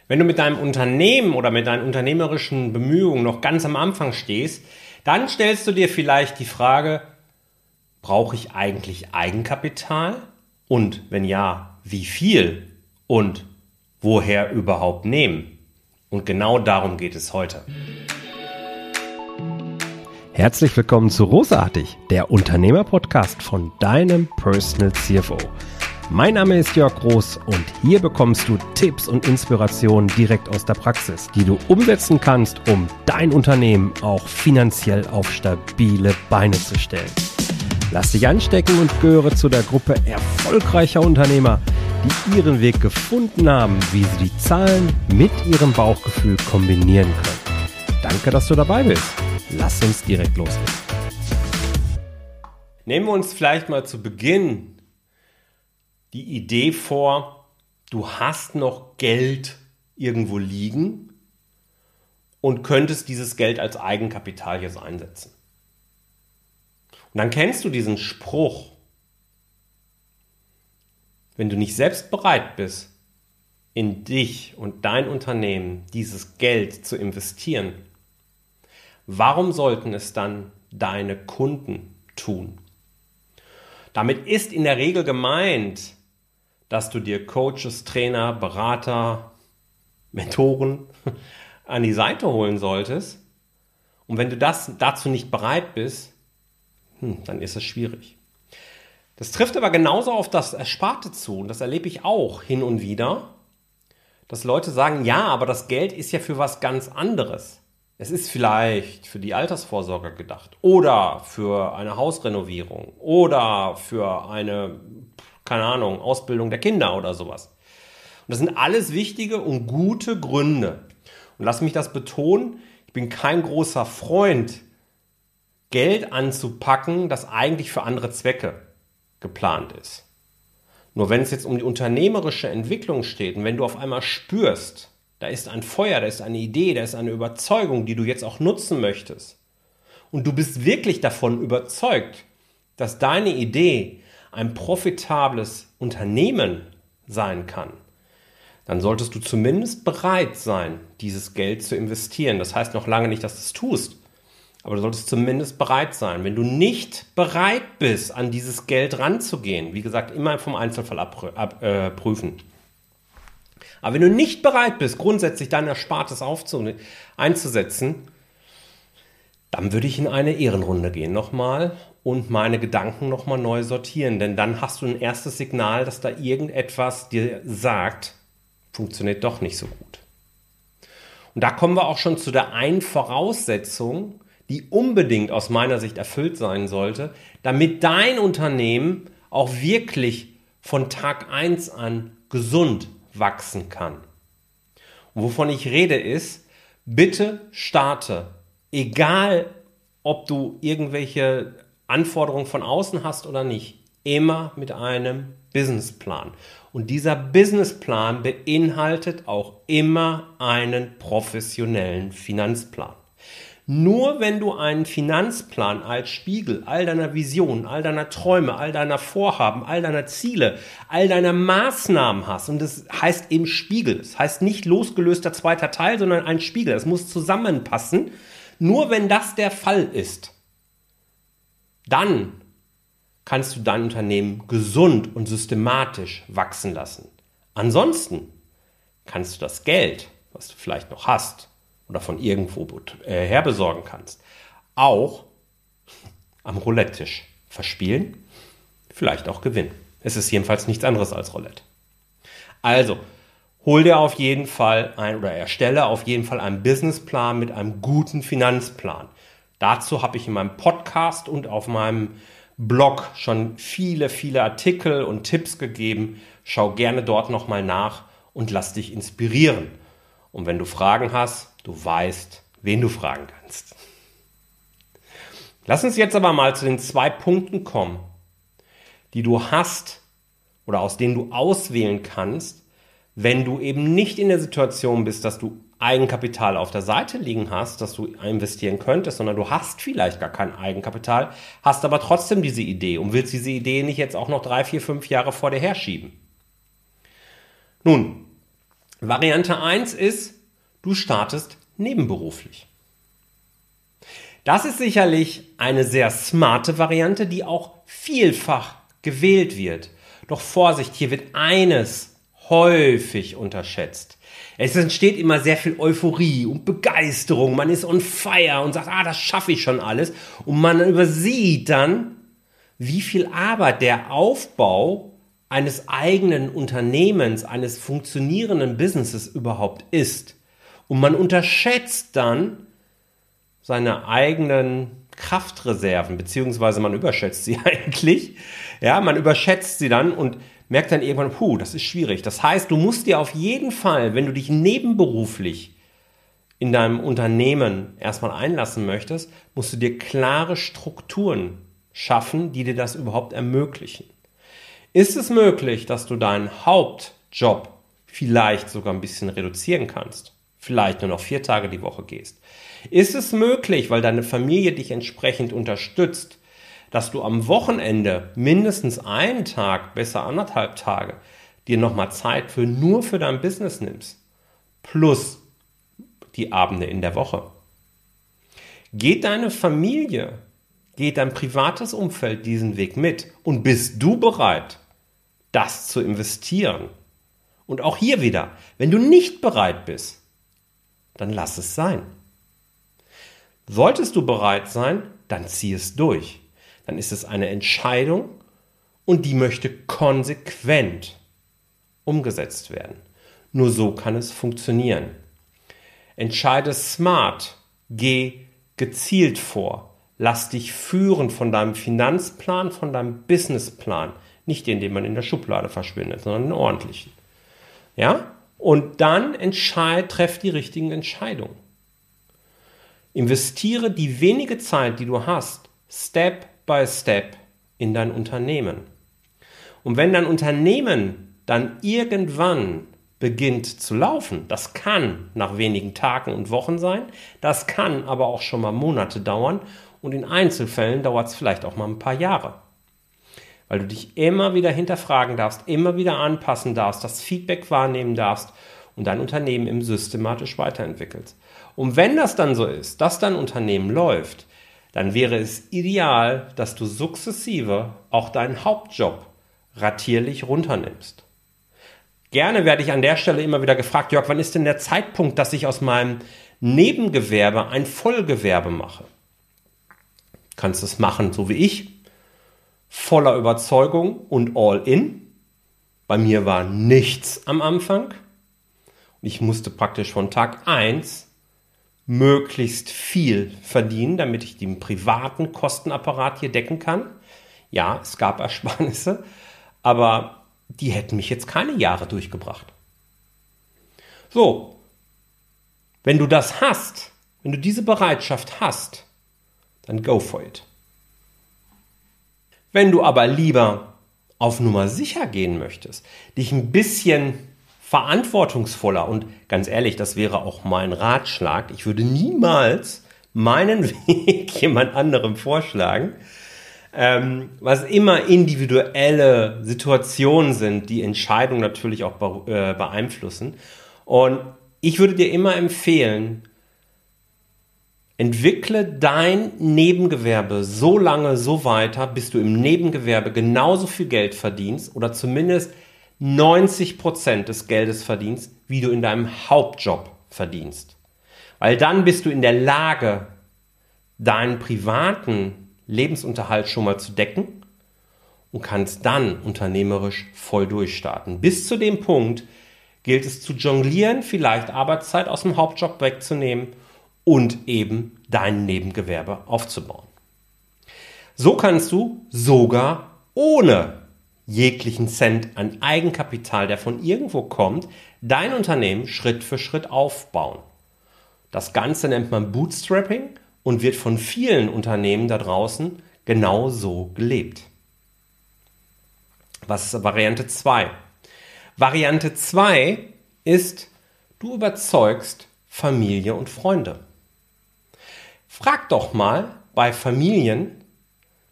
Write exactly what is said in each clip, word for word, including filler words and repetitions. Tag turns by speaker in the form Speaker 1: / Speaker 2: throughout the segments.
Speaker 1: Wenn du mit deinem Unternehmen oder mit deinen unternehmerischen Bemühungen noch ganz am Anfang stehst, dann stellst du dir vielleicht die Frage, brauche ich eigentlich Eigenkapital? Und wenn ja, wie viel? Und woher überhaupt nehmen? Und genau darum geht es heute.
Speaker 2: Herzlich willkommen zu Großartig, der Unternehmer-Podcast von deinem Personal C F O. Mein Name ist Jörg Groß und hier bekommst du Tipps und Inspirationen direkt aus der Praxis, die du umsetzen kannst, um dein Unternehmen auch finanziell auf stabile Beine zu stellen. Lass dich anstecken und gehöre zu der Gruppe erfolgreicher Unternehmer, die ihren Weg gefunden haben, wie sie die Zahlen mit ihrem Bauchgefühl kombinieren können. Danke, dass du dabei bist. Lass uns direkt loslegen.
Speaker 1: Nehmen wir uns vielleicht mal zu Beginn die Idee vor, du hast noch Geld irgendwo liegen und könntest dieses Geld als Eigenkapital jetzt einsetzen. Und dann kennst du diesen Spruch, wenn du nicht selbst bereit bist, in dich und dein Unternehmen dieses Geld zu investieren, warum sollten es dann deine Kunden tun? Damit ist in der Regel gemeint, dass du dir Coaches, Trainer, Berater, Mentoren an die Seite holen solltest. Und wenn du das dazu nicht bereit bist, hm, dann ist es schwierig. Das trifft aber genauso auf das Ersparte zu. Und das erlebe ich auch hin und wieder, dass Leute sagen, ja, aber das Geld ist ja für was ganz anderes. Es ist vielleicht für die Altersvorsorge gedacht oder für eine Hausrenovierung oder für eine, keine Ahnung, Ausbildung der Kinder oder sowas. Und das sind alles wichtige und gute Gründe. Und lass mich das betonen, ich bin kein großer Freund, Geld anzupacken, das eigentlich für andere Zwecke geplant ist. Nur wenn es jetzt um die unternehmerische Entwicklung steht und wenn du auf einmal spürst, da ist ein Feuer, da ist eine Idee, da ist eine Überzeugung, die du jetzt auch nutzen möchtest. Und du bist wirklich davon überzeugt, dass deine Idee ein profitables Unternehmen sein kann. Dann solltest du zumindest bereit sein, dieses Geld zu investieren. Das heißt noch lange nicht, dass du es tust. Aber du solltest zumindest bereit sein. Wenn du nicht bereit bist, an dieses Geld ranzugehen, wie gesagt, immer vom Einzelfall abprüfen. Ab, äh, prüfen. Aber wenn du nicht bereit bist, grundsätzlich dein Erspartes aufzu- einzusetzen, dann würde ich in eine Ehrenrunde gehen nochmal und meine Gedanken nochmal neu sortieren. Denn dann hast du ein erstes Signal, dass da irgendetwas dir sagt, funktioniert doch nicht so gut. Und da kommen wir auch schon zu der einen Voraussetzung, die unbedingt aus meiner Sicht erfüllt sein sollte, damit dein Unternehmen auch wirklich von Tag eins an gesund wachsen kann. Und wovon ich rede ist, bitte starte, egal ob du irgendwelche Anforderungen von außen hast oder nicht, immer mit einem Businessplan. Und dieser Businessplan beinhaltet auch immer einen professionellen Finanzplan. Nur wenn du einen Finanzplan als Spiegel all deiner Visionen, all deiner Träume, all deiner Vorhaben, all deiner Ziele, all deiner Maßnahmen hast, und das heißt eben Spiegel, das heißt nicht losgelöster zweiter Teil, sondern ein Spiegel, das muss zusammenpassen. Nur wenn das der Fall ist, dann kannst du dein Unternehmen gesund und systematisch wachsen lassen. Ansonsten kannst du das Geld, was du vielleicht noch hast, oder von irgendwo äh, her besorgen kannst, auch am Roulette-Tisch verspielen, vielleicht auch gewinnen. Es ist jedenfalls nichts anderes als Roulette. Also, hol dir auf jeden Fall ein oder erstelle auf jeden Fall einen Businessplan mit einem guten Finanzplan. Dazu habe ich in meinem Podcast und auf meinem Blog schon viele, viele Artikel und Tipps gegeben. Schau gerne dort nochmal nach und lass dich inspirieren. Und wenn du Fragen hast, du weißt, wen du fragen kannst. Lass uns jetzt aber mal zu den zwei Punkten kommen, die du hast oder aus denen du auswählen kannst, wenn du eben nicht in der Situation bist, dass du Eigenkapital auf der Seite liegen hast, dass du investieren könntest, sondern du hast vielleicht gar kein Eigenkapital, hast aber trotzdem diese Idee und willst diese Idee nicht jetzt auch noch drei, vier, fünf Jahre vor dir herschieben. Nun, Variante eins ist, du startest nebenberuflich. Das ist sicherlich eine sehr smarte Variante, die auch vielfach gewählt wird. Doch Vorsicht, hier wird eines häufig unterschätzt. Es entsteht immer sehr viel Euphorie und Begeisterung. Man ist on fire und sagt, ah, das schaffe ich schon alles. Und man übersieht dann, wie viel Arbeit der Aufbau eines eigenen Unternehmens, eines funktionierenden Businesses überhaupt ist. Und man unterschätzt dann seine eigenen Kraftreserven, beziehungsweise man überschätzt sie eigentlich. Ja, man überschätzt sie dann und merkt dann irgendwann, puh, das ist schwierig. Das heißt, du musst dir auf jeden Fall, wenn du dich nebenberuflich in deinem Unternehmen erstmal einlassen möchtest, musst du dir klare Strukturen schaffen, die dir das überhaupt ermöglichen. Ist es möglich, dass du deinen Hauptjob vielleicht sogar ein bisschen reduzieren kannst? Vielleicht nur noch vier Tage die Woche gehst? Ist es möglich, weil deine Familie dich entsprechend unterstützt, dass du am Wochenende mindestens einen Tag, besser anderthalb Tage, dir nochmal Zeit für nur für dein Business nimmst? Plus die Abende in der Woche. Geht deine Familie, geht dein privates Umfeld diesen Weg mit? Und bist du bereit, das zu investieren? Und auch hier wieder, wenn du nicht bereit bist, dann lass es sein. Solltest du bereit sein, dann zieh es durch. Dann ist es eine Entscheidung und die möchte konsequent umgesetzt werden. Nur so kann es funktionieren. Entscheide smart, geh gezielt vor. Lass dich führen von deinem Finanzplan, von deinem Businessplan. Nicht den, den man in der Schublade verschwindet, sondern den ordentlichen. Ja? Und dann entscheid, treff die richtigen Entscheidungen. Investiere die wenige Zeit, die du hast, Step by Step in dein Unternehmen. Und wenn dein Unternehmen dann irgendwann beginnt zu laufen, das kann nach wenigen Tagen und Wochen sein, das kann aber auch schon mal Monate dauern und in Einzelfällen dauert es vielleicht auch mal ein paar Jahre. Weil du dich immer wieder hinterfragen darfst, immer wieder anpassen darfst, das Feedback wahrnehmen darfst und dein Unternehmen eben systematisch weiterentwickelst. Und wenn das dann so ist, dass dein Unternehmen läuft, dann wäre es ideal, dass du sukzessive auch deinen Hauptjob ratierlich runternimmst. Gerne werde ich an der Stelle immer wieder gefragt, Jörg, wann ist denn der Zeitpunkt, dass ich aus meinem Nebengewerbe ein Vollgewerbe mache? Du kannst es machen, so wie ich, voller Überzeugung und all in. Bei mir war nichts am Anfang. Und ich musste praktisch von Tag eins möglichst viel verdienen, damit ich den privaten Kostenapparat hier decken kann. Ja, es gab Ersparnisse, aber die hätten mich jetzt keine Jahre durchgebracht. So, wenn du das hast, wenn du diese Bereitschaft hast, dann go for it. Wenn du aber lieber auf Nummer sicher gehen möchtest, dich ein bisschen verantwortungsvoller und ganz ehrlich, das wäre auch mein Ratschlag. Ich würde niemals meinen Weg jemand anderem vorschlagen, ähm, was immer individuelle Situationen sind, die Entscheidungen natürlich auch be- äh, beeinflussen. Und ich würde dir immer empfehlen, entwickle dein Nebengewerbe so lange, so weiter, bis du im Nebengewerbe genauso viel Geld verdienst oder zumindest neunzig Prozent des Geldes verdienst, wie du in deinem Hauptjob verdienst. Weil dann bist du in der Lage, deinen privaten Lebensunterhalt schon mal zu decken und kannst dann unternehmerisch voll durchstarten. Bis zu dem Punkt gilt es zu jonglieren, vielleicht Arbeitszeit aus dem Hauptjob wegzunehmen und eben dein Nebengewerbe aufzubauen. So kannst du sogar ohne jeglichen Cent an Eigenkapital, der von irgendwo kommt, dein Unternehmen Schritt für Schritt aufbauen. Das Ganze nennt man Bootstrapping und wird von vielen Unternehmen da draußen genau so gelebt. Was ist Variante zwei? Variante zwei ist, du überzeugst Familie und Freunde. Frag doch mal bei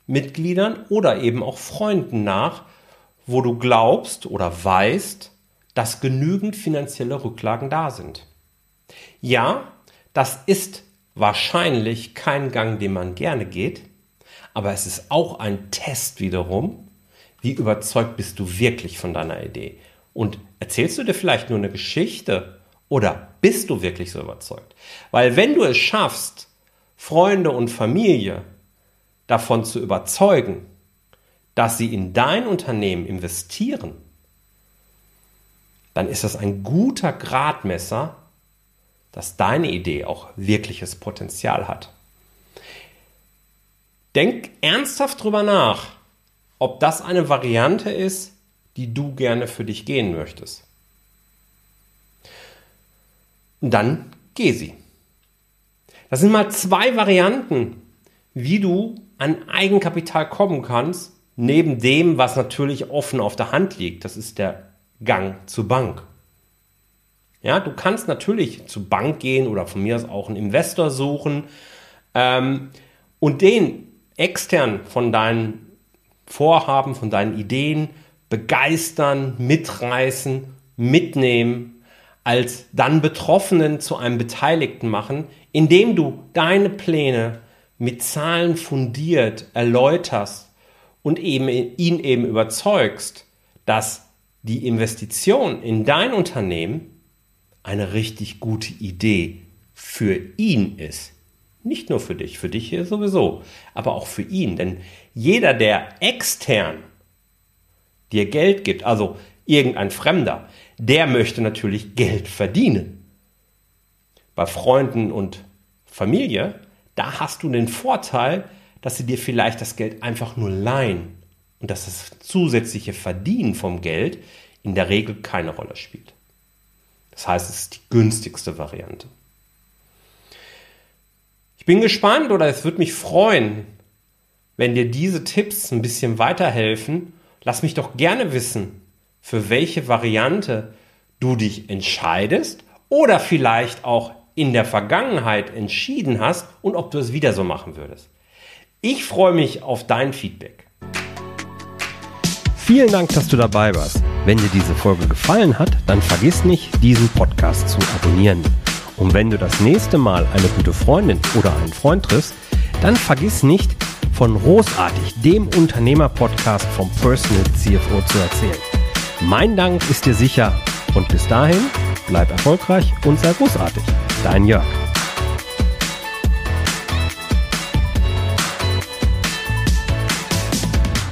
Speaker 1: Familienmitgliedern oder eben auch Freunden nach, wo du glaubst oder weißt, dass genügend finanzielle Rücklagen da sind. Ja, das ist wahrscheinlich kein Gang, den man gerne geht, aber es ist auch ein Test wiederum, wie überzeugt bist du wirklich von deiner Idee. Und erzählst du dir vielleicht nur eine Geschichte oder bist du wirklich so überzeugt? Weil wenn du es schaffst, Freunde und Familie davon zu überzeugen, dass sie in dein Unternehmen investieren, dann ist das ein guter Gradmesser, dass deine Idee auch wirkliches Potenzial hat. Denk ernsthaft drüber nach, ob das eine Variante ist, die du gerne für dich gehen möchtest. Und dann geh sie. Das sind mal zwei Varianten, wie du an Eigenkapital kommen kannst, neben dem, was natürlich offen auf der Hand liegt. Das ist der Gang zur Bank. Ja, du kannst natürlich zur Bank gehen oder von mir aus auch einen Investor suchen ähm, und den extern von deinen Vorhaben, von deinen Ideen begeistern, mitreißen, mitnehmen, als dann Betroffenen zu einem Beteiligten machen, indem du deine Pläne mit Zahlen fundiert erläuterst und eben ihn eben überzeugst, dass die Investition in dein Unternehmen eine richtig gute Idee für ihn ist. Nicht nur für dich, für dich hier sowieso, aber auch für ihn. Denn jeder, der extern dir Geld gibt, also irgendein Fremder, der möchte natürlich Geld verdienen. Bei Freunden und Familie, da hast du den Vorteil, dass sie dir vielleicht das Geld einfach nur leihen und dass das zusätzliche Verdienen vom Geld in der Regel keine Rolle spielt. Das heißt, es ist die günstigste Variante. Ich bin gespannt oder es würde mich freuen, wenn dir diese Tipps ein bisschen weiterhelfen. Lass mich doch gerne wissen, für welche Variante du dich entscheidest oder vielleicht auch in der Vergangenheit entschieden hast und ob du es wieder so machen würdest. Ich freue mich auf dein Feedback.
Speaker 2: Vielen Dank, dass du dabei warst. Wenn dir diese Folge gefallen hat, dann vergiss nicht, diesen Podcast zu abonnieren. Und wenn du das nächste Mal eine gute Freundin oder einen Freund triffst, dann vergiss nicht, von Großartig, dem Unternehmer-Podcast vom Personal C F O zu erzählen. Mein Dank ist dir sicher und bis dahin, bleib erfolgreich und sei großartig. Dein Jörg.